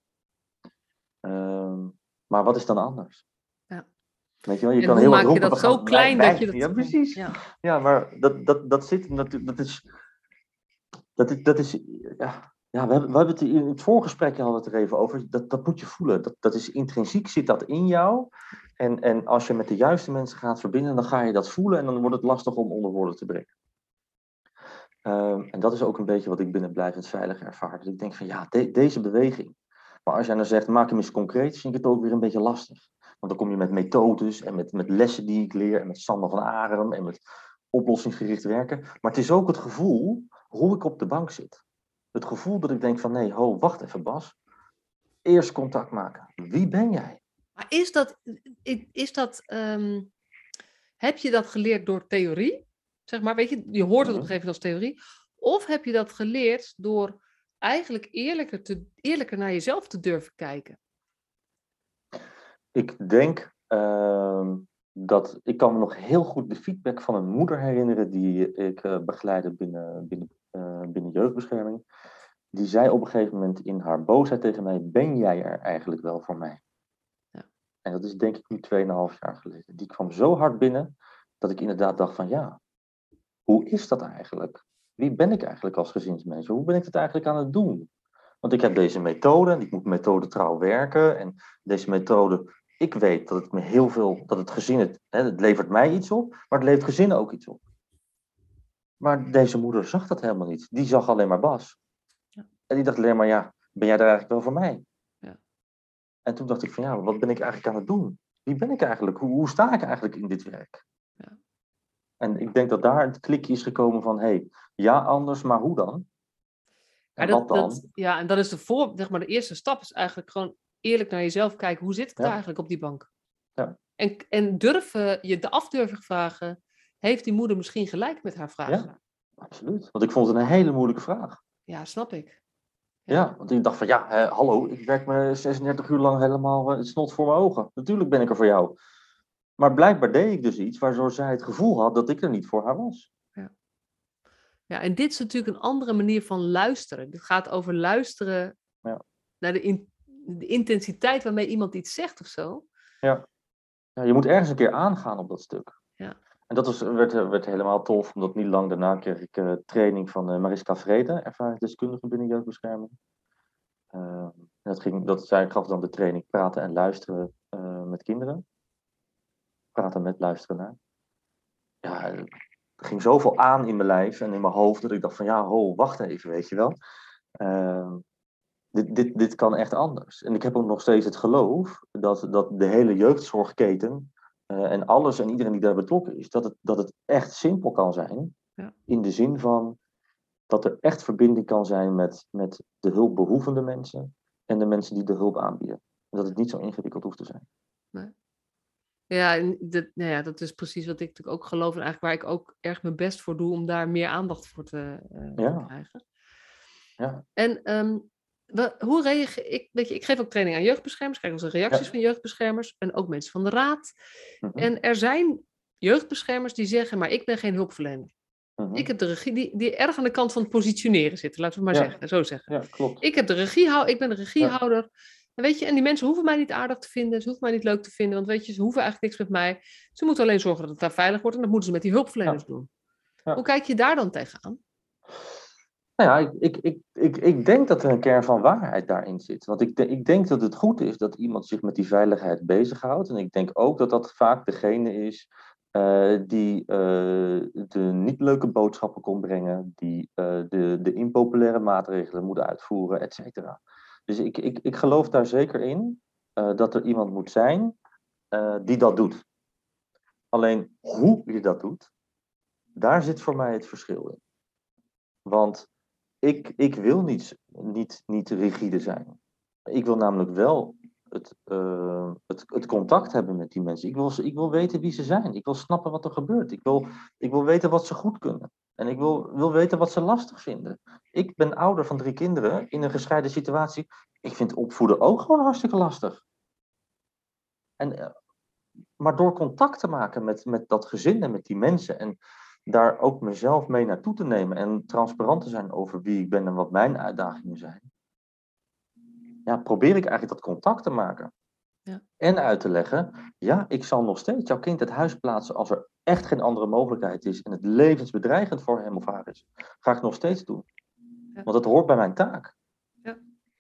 Maar wat is dan anders? Ja. Weet je wel, je en kan hoe heel maak roepen, je dat zo klein dat je dat... Ja, precies. Ja, maar dat zit natuurlijk... Dat is... Ja, we hebben het in het voorgesprek hadden het er even over. Dat moet je voelen. Dat is intrinsiek, zit dat in jou. En als je met de juiste mensen gaat verbinden, dan ga je dat voelen en dan wordt het lastig om onder woorden te brengen. En dat is ook een beetje wat ik binnen Blijvend Veilig ervaar. Dus ik denk van deze beweging. Maar als jij nou zegt, maak hem eens concreet, vind ik het ook weer een beetje lastig. Want dan kom je met methodes en met lessen die ik leer en met Sander van Arem en met oplossingsgericht werken. Maar het is ook het gevoel hoe ik op de bank zit. Het gevoel dat ik denk van nee, wacht even Bas. Eerst contact maken. Wie ben jij? Maar heb je dat geleerd door theorie? Zeg maar, weet je hoort het op een gegeven moment als theorie. Of heb je dat geleerd door eigenlijk eerlijker naar jezelf te durven kijken? Ik denk dat ik kan me nog heel goed de feedback van een moeder herinneren die ik begeleidde binnen jeugdbescherming. Die zei op een gegeven moment in haar boosheid tegen mij, ben jij er eigenlijk wel voor mij? Ja. En dat is denk ik nu 2,5 jaar geleden. Die kwam zo hard binnen dat ik inderdaad dacht van ja, hoe is dat eigenlijk? Wie ben ik eigenlijk als gezinsmens? Hoe ben ik het eigenlijk aan het doen? Want ik heb deze methode en ik moet methodetrouw werken. En deze methode, ik weet dat het me heel veel, dat het gezin het levert mij iets op, maar het levert gezinnen ook iets op. Maar deze moeder zag dat helemaal niet. Die zag alleen maar Bas. Ja. En die dacht alleen maar, ja, ben jij er eigenlijk wel voor mij? Ja. En toen dacht ik van, ja, wat ben ik eigenlijk aan het doen? Wie ben ik eigenlijk? Hoe sta ik eigenlijk in dit werk? Ja. En ik denk dat daar het klikje is gekomen van, ja, anders, maar hoe dan? En wat dan? En dat is de eerste stap is eigenlijk gewoon eerlijk naar jezelf kijken. Hoe zit ik daar eigenlijk op die bank? Ja. En je durven vragen, heeft die moeder misschien gelijk met haar vraag? Ja, absoluut. Want ik vond het een hele moeilijke vraag. Ja, snap ik. Ja, want ik dacht van hallo, ik werk me 36 uur lang helemaal het snot voor mijn ogen. Natuurlijk ben ik er voor jou. Maar blijkbaar deed ik dus iets waardoor zij het gevoel had dat ik er niet voor haar was. Ja, en dit is natuurlijk een andere manier van luisteren. Dit gaat over luisteren naar de intensiteit waarmee iemand iets zegt of zo. Ja. Je moet ergens een keer aangaan op dat stuk. Ja. En dat werd helemaal tof, omdat niet lang daarna kreeg ik training van Mariska Vrede, ervaringsdeskundige binnen jeugdbescherming. Zij gaf dan de training praten en luisteren met kinderen. Praten met, luisteren naar. Ja, er ging zoveel aan in mijn lijf en in mijn hoofd, dat ik dacht van wacht even, weet je wel. Dit kan echt anders. En ik heb ook nog steeds het geloof dat de hele jeugdzorgketen en alles en iedereen die daar betrokken is, dat het echt simpel kan zijn. Ja. In de zin van dat er echt verbinding kan zijn met de hulpbehoevende mensen en de mensen die de hulp aanbieden. En dat het niet zo ingewikkeld hoeft te zijn. Nee. Ja, en dat is precies wat ik natuurlijk ook geloof en eigenlijk waar ik ook erg mijn best voor doe om daar meer aandacht voor te krijgen. Ja. En hoe reageer ik? Weet je, ik geef ook training aan jeugdbeschermers, krijg onze reacties van jeugdbeschermers en ook mensen van de raad. Mm-hmm. En er zijn jeugdbeschermers die zeggen, maar ik ben geen hulpverlener. Mm-hmm. Ik heb de regie, die erg aan de kant van het positioneren zitten, laten we maar zo zeggen. Ja, klopt. Ik ben de regiehouder. Ja. En weet je, en die mensen hoeven mij niet aardig te vinden, ze hoeven mij niet leuk te vinden, want weet je, ze hoeven eigenlijk niks met mij. Ze moeten alleen zorgen dat het daar veilig wordt en dat moeten ze met die hulpverleners doen. Ja. Hoe kijk je daar dan tegenaan? Nou ja, ik denk dat er een kern van waarheid daarin zit. Want ik denk dat het goed is dat iemand zich met die veiligheid bezighoudt. En ik denk ook dat dat vaak degene is die de niet leuke boodschappen kon brengen, die de impopulaire maatregelen moet uitvoeren, et cetera. Dus ik geloof daar zeker in dat er iemand moet zijn die dat doet. Alleen hoe je dat doet, daar zit voor mij het verschil in. Want ik wil niet rigide zijn. Ik wil namelijk wel het contact hebben met die mensen. Ik wil weten wie ze zijn. Ik wil snappen wat er gebeurt. Ik wil weten wat ze goed kunnen. En ik wil weten wat ze lastig vinden. Ik ben ouder van 3 kinderen in een gescheiden situatie. Ik vind opvoeden ook gewoon hartstikke lastig. Maar door contact te maken met dat gezin en met die mensen en daar ook mezelf mee naartoe te nemen en transparant te zijn over wie ik ben en wat mijn uitdagingen zijn, probeer ik eigenlijk dat contact te maken. Ja. En uit te leggen, ik zal nog steeds jouw kind het huis plaatsen als er echt geen andere mogelijkheid is en het levensbedreigend voor hem of haar is. Ga ik nog steeds doen. Ja. Want dat hoort bij mijn taak. Ja.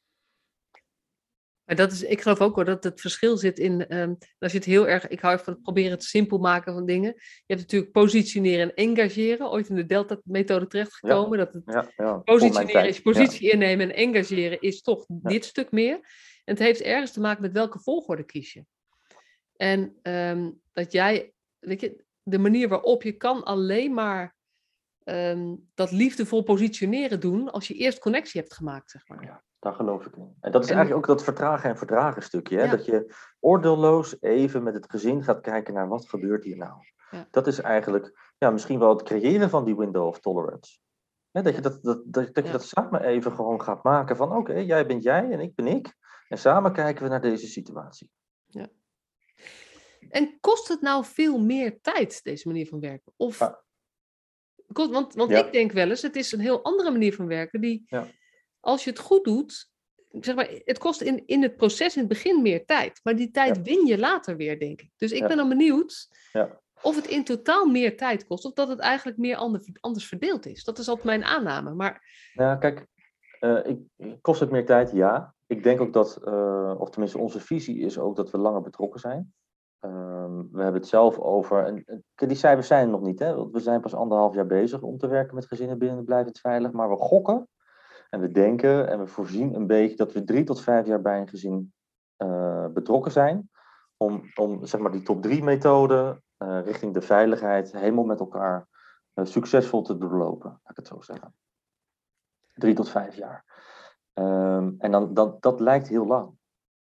Maar ik geloof ook hoor, dat het verschil zit in, als je het heel erg, ik hou van het proberen het simpel maken van dingen. Je hebt natuurlijk positioneren en engageren, ooit in de Delta-methode terechtgekomen. Ja. Dat het positioneren is positie innemen en engageren is toch dit stuk meer. En het heeft ergens te maken met welke volgorde kies je. En dat jij, weet je, de manier waarop je kan alleen maar dat liefdevol positioneren doen als je eerst connectie hebt gemaakt, zeg maar. Ja, daar geloof ik in. En dat is eigenlijk ook dat vertragen en verdragen stukje. Hè? Ja. Dat je oordeelloos even met het gezin gaat kijken naar wat gebeurt hier nou. Ja. Dat is eigenlijk misschien wel het creëren van die window of tolerance. Hè? Dat je je dat samen even gewoon gaat maken van oké, jij bent jij en ik ben ik. En samen kijken we naar deze situatie. Ja. En kost het nou veel meer tijd, deze manier van werken? Of... Ja. Want Ja. ik denk wel eens, het is een heel andere manier van werken die, Ja. als je het goed doet, zeg maar, het kost in het proces in het begin meer tijd. Maar die tijd win je later weer, denk ik. Dus ik ben dan benieuwd of het in totaal meer tijd kost, of dat het eigenlijk meer anders verdeeld is. Dat is altijd mijn aanname. Maar... Nou, kijk, kost het meer tijd? Ja. Ik denk ook dat, of tenminste onze visie is ook dat we langer betrokken zijn. We hebben het zelf over, en die cijfers zijn er nog niet, hè? Want we zijn pas 1,5 jaar bezig om te werken met gezinnen binnen Blijvend Veilig, maar we gokken en we denken en we voorzien een beetje dat we 3 tot 5 jaar bij een gezin betrokken zijn, om zeg maar die top 3 methode richting de veiligheid helemaal met elkaar succesvol te doorlopen, laat ik het zo zeggen. 3 tot 5 jaar. En dan, dat lijkt heel lang.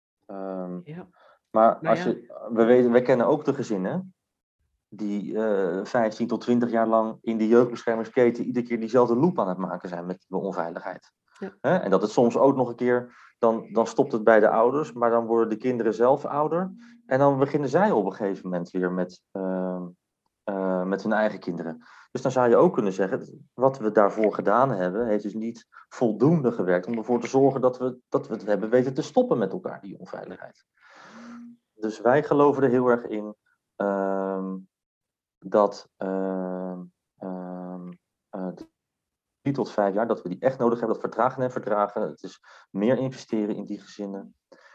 Maar als wij kennen ook de gezinnen die 15 tot 20 jaar lang in de jeugdbeschermingsketen iedere keer diezelfde loop aan het maken zijn met de onveiligheid. Ja. En dat het soms ook nog een keer, dan stopt het bij de ouders, maar dan worden de kinderen zelf ouder. En dan beginnen zij op een gegeven moment weer met hun eigen kinderen. Dus dan zou je ook kunnen zeggen, wat we daarvoor gedaan hebben, heeft dus niet voldoende gewerkt om ervoor te zorgen dat we het hebben weten te stoppen met elkaar, die onveiligheid. Dus wij geloven er heel erg in dat 3 tot 5 jaar, dat we die echt nodig hebben, dat vertragen en verdragen. Het is meer investeren in die gezinnen.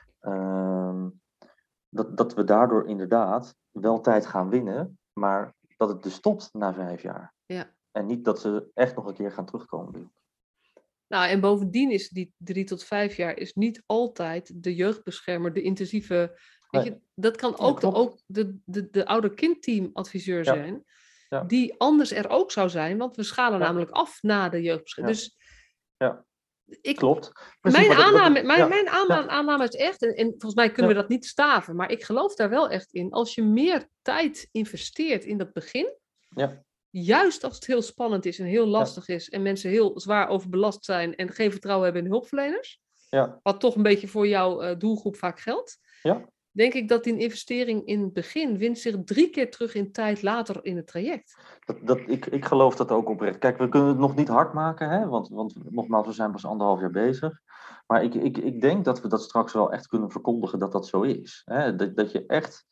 Dat we daardoor inderdaad wel tijd gaan winnen, maar dat het dus stopt na 5 jaar. Ja. En niet dat ze echt nog een keer gaan terugkomen. Nou, en bovendien is die 3 tot 5 jaar is niet altijd de jeugdbeschermer, de intensieve... Weet je, dat kan ook de ouder-kindteam-adviseur zijn, die anders er ook zou zijn, want we schalen namelijk af na de jeugdbescherming. Dus klopt. Mijn aanname is echt, en volgens mij kunnen we dat niet staven, maar ik geloof daar wel echt in, als je meer tijd investeert in dat begin, juist als het heel spannend is en heel lastig is en mensen heel zwaar overbelast zijn en geen vertrouwen hebben in hulpverleners, wat toch een beetje voor jouw doelgroep vaak geldt, denk ik dat die investering in het begin wint zich 3 keer terug in tijd later in het traject. Ik geloof dat ook oprecht. Kijk, we kunnen het nog niet hard maken, hè? Want nogmaals, we zijn pas 1,5 jaar bezig. Maar ik denk dat we dat straks wel echt kunnen verkondigen dat dat zo is. Hè? Dat je echt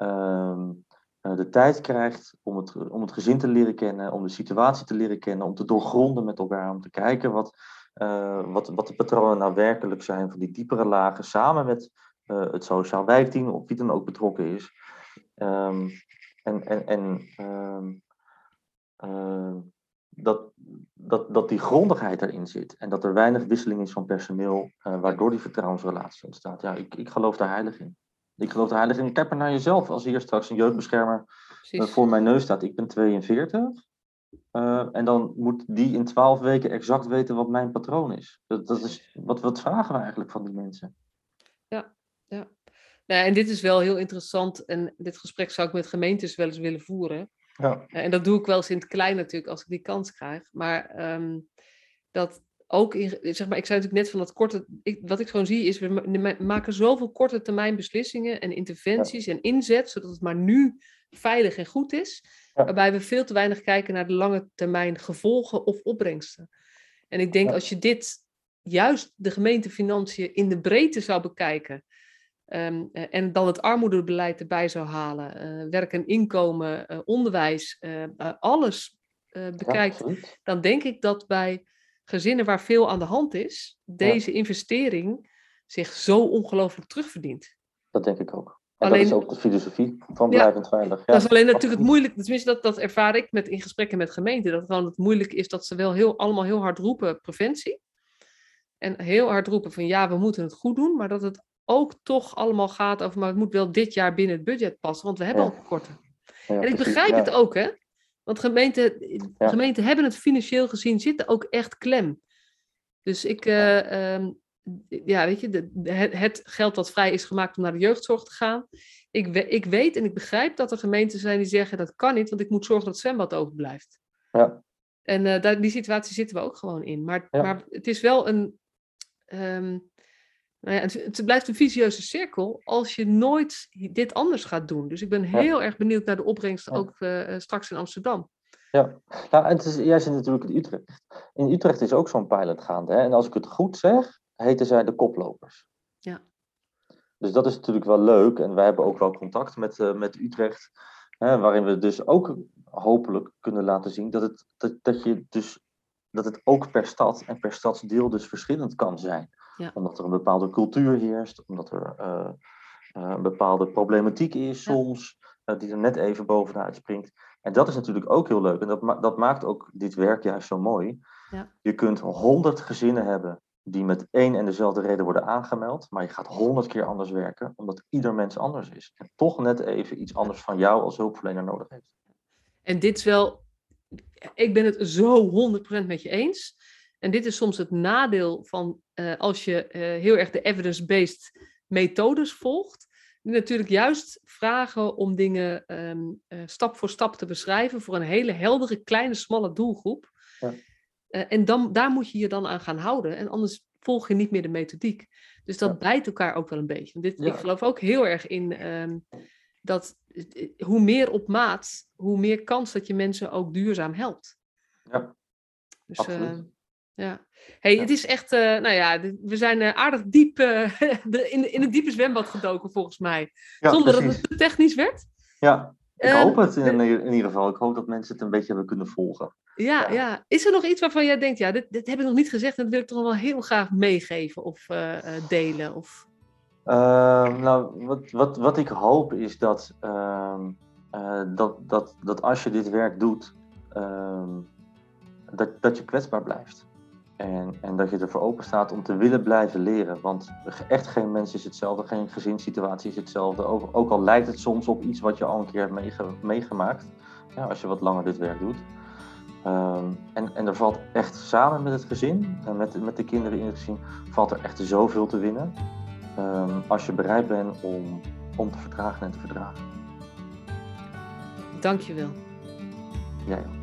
de tijd krijgt om het gezin te leren kennen, om de situatie te leren kennen, om te doorgronden met elkaar, om te kijken wat de patronen nou werkelijk zijn van die diepere lagen, samen met het sociaal wijkteam, of wie dan ook betrokken is. Dat die grondigheid erin zit. En dat er weinig wisseling is van personeel, waardoor die vertrouwensrelatie ontstaat. Ja, ik geloof daar heilig in. Ik geloof daar heilig in. Kijk maar naar jezelf. Als hier straks een jeugdbeschermer voor mijn neus staat. Ik ben 42. En dan moet die in 12 weken exact weten wat mijn patroon is. Dat is wat vragen we eigenlijk van die mensen? Ja. Nou, en dit is wel heel interessant. En dit gesprek zou ik met gemeentes wel eens willen voeren. Ja. En dat doe ik wel eens in het klein natuurlijk, als ik die kans krijg. Maar dat ook, zeg maar, ik zei natuurlijk net van dat korte... wat ik gewoon zie is, we maken zoveel korte termijn beslissingen en interventies en inzet, zodat het maar nu veilig en goed is. Ja. Waarbij we veel te weinig kijken naar de lange termijn gevolgen of opbrengsten. En ik denk als je dit, juist de gemeentefinanciën in de breedte zou bekijken... en dan het armoedebeleid erbij zou halen, werk en inkomen, onderwijs, alles bekijkt, dan denk ik dat bij gezinnen waar veel aan de hand is, deze investering zich zo ongelooflijk terugverdient. Dat denk ik ook. En alleen, dat is ook de filosofie van Blijvend Veilig. Dat is alleen natuurlijk het moeilijk, tenminste dat ervaar ik in gesprekken met gemeenten, dat gewoon het moeilijk is dat ze wel allemaal heel hard roepen preventie. En heel hard roepen van ja, we moeten het goed doen, maar dat het ook toch allemaal gaat over, maar het moet wel dit jaar binnen het budget passen, want we hebben al tekorten. En ik begrijp het ook, hè. Want gemeenten hebben het financieel gezien, zitten ook echt klem. Dus weet je, het geld dat vrij is gemaakt om naar de jeugdzorg te gaan. Ik weet en ik begrijp dat er gemeenten zijn die zeggen, dat kan niet, want ik moet zorgen dat het zwembad overblijft. Ja. En die situatie zitten we ook gewoon in. Maar het is wel het blijft een vicieuze cirkel als je nooit dit anders gaat doen. Dus ik ben heel erg benieuwd naar de opbrengst ook straks in Amsterdam. Ja, nou, jij zit natuurlijk in Utrecht. In Utrecht is ook zo'n pilot gaande. Hè? En als ik het goed zeg, heten zij de Koplopers. Ja. Dus dat is natuurlijk wel leuk. En wij hebben ook wel contact met Utrecht. Waarin we dus ook hopelijk kunnen laten zien dat het ook per stad en per stadsdeel dus verschillend kan zijn. Ja. Omdat er een bepaalde cultuur heerst, omdat er een bepaalde problematiek is soms, die er net even bovenuit springt. En dat is natuurlijk ook heel leuk. En dat maakt ook dit werk juist zo mooi. Ja. Je kunt 100 gezinnen hebben die met één en dezelfde reden worden aangemeld, maar je gaat 100 keer anders werken, omdat ieder mens anders is. En toch net even iets anders van jou als hulpverlener nodig heeft. En dit is wel, ik ben het zo 100% met je eens. En dit is soms het nadeel van als je heel erg de evidence-based methodes volgt. Die natuurlijk juist vragen om dingen stap voor stap te beschrijven voor een hele heldere, kleine, smalle doelgroep. Ja. En daar moet je je dan aan gaan houden. En anders volg je niet meer de methodiek. Dus dat bijt elkaar ook wel een beetje. Ik geloof ook heel erg in dat hoe meer op maat, hoe meer kans dat je mensen ook duurzaam helpt. Ja, dus, absoluut. Het is echt, we zijn aardig diep in het diepe zwembad gedoken volgens mij. Ja, zonder precies. Dat het te technisch werd. Ja, ik hoop het in ieder geval. Ik hoop dat mensen het een beetje hebben kunnen volgen. Ja. Is er nog iets waarvan jij denkt, dit heb ik nog niet gezegd en dat wil ik toch wel heel graag meegeven of delen? Of... Wat ik hoop is dat als je dit werk doet, dat je kwetsbaar blijft. En dat je ervoor open staat om te willen blijven leren. Want echt geen mens is hetzelfde, geen gezinssituatie is hetzelfde. Ook al lijkt het soms op iets wat je al een keer hebt meegemaakt. Ja, als je wat langer dit werk doet. En er valt echt samen met het gezin en met de kinderen in het gezin, valt er echt zoveel te winnen. Als je bereid bent om te vertragen en te verdragen. Dank je wel. Jij ook.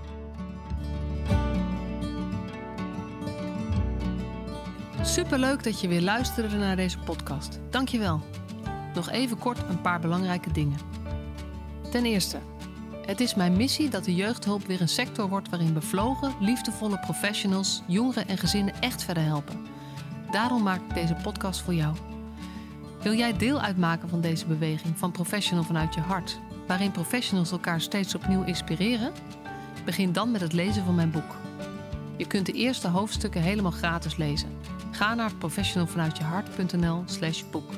Superleuk dat je weer luisterde naar deze podcast. Dank je wel. Nog even kort een paar belangrijke dingen. Ten eerste, het is mijn missie dat de jeugdhulp weer een sector wordt waarin bevlogen, liefdevolle professionals, jongeren en gezinnen echt verder helpen. Daarom maak ik deze podcast voor jou. Wil jij deel uitmaken van deze beweging van Professional vanuit je hart, waarin professionals elkaar steeds opnieuw inspireren? Begin dan met het lezen van mijn boek. Je kunt de eerste hoofdstukken helemaal gratis lezen. Ga naar professionalvanuitjehart.nl/boek.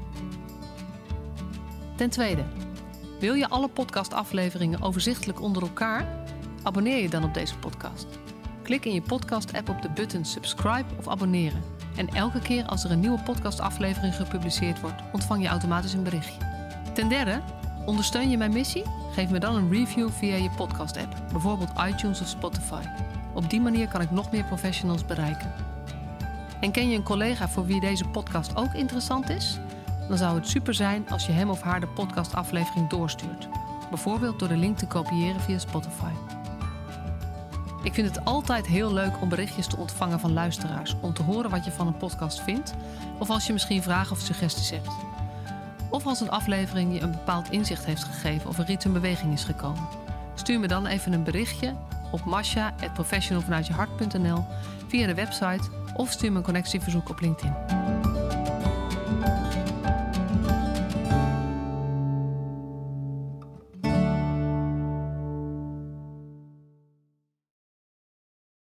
Ten tweede, wil je alle podcastafleveringen overzichtelijk onder elkaar? Abonneer je dan op deze podcast. Klik in je podcast-app op de button subscribe of abonneren. En elke keer als er een nieuwe podcastaflevering gepubliceerd wordt, ontvang je automatisch een berichtje. Ten derde, ondersteun je mijn missie? Geef me dan een review via je podcast-app, bijvoorbeeld iTunes of Spotify. Op die manier kan ik nog meer professionals bereiken. En ken je een collega voor wie deze podcast ook interessant is? Dan zou het super zijn als je hem of haar de podcastaflevering doorstuurt. Bijvoorbeeld door de link te kopiëren via Spotify. Ik vind het altijd heel leuk om berichtjes te ontvangen van luisteraars, om te horen wat je van een podcast vindt, of als je misschien vragen of suggesties hebt. Of als een aflevering je een bepaald inzicht heeft gegeven of er iets in beweging is gekomen. Stuur me dan even een berichtje op masha@professionalvanuitjehart.nl via de website of stuur me een connectieverzoek op LinkedIn.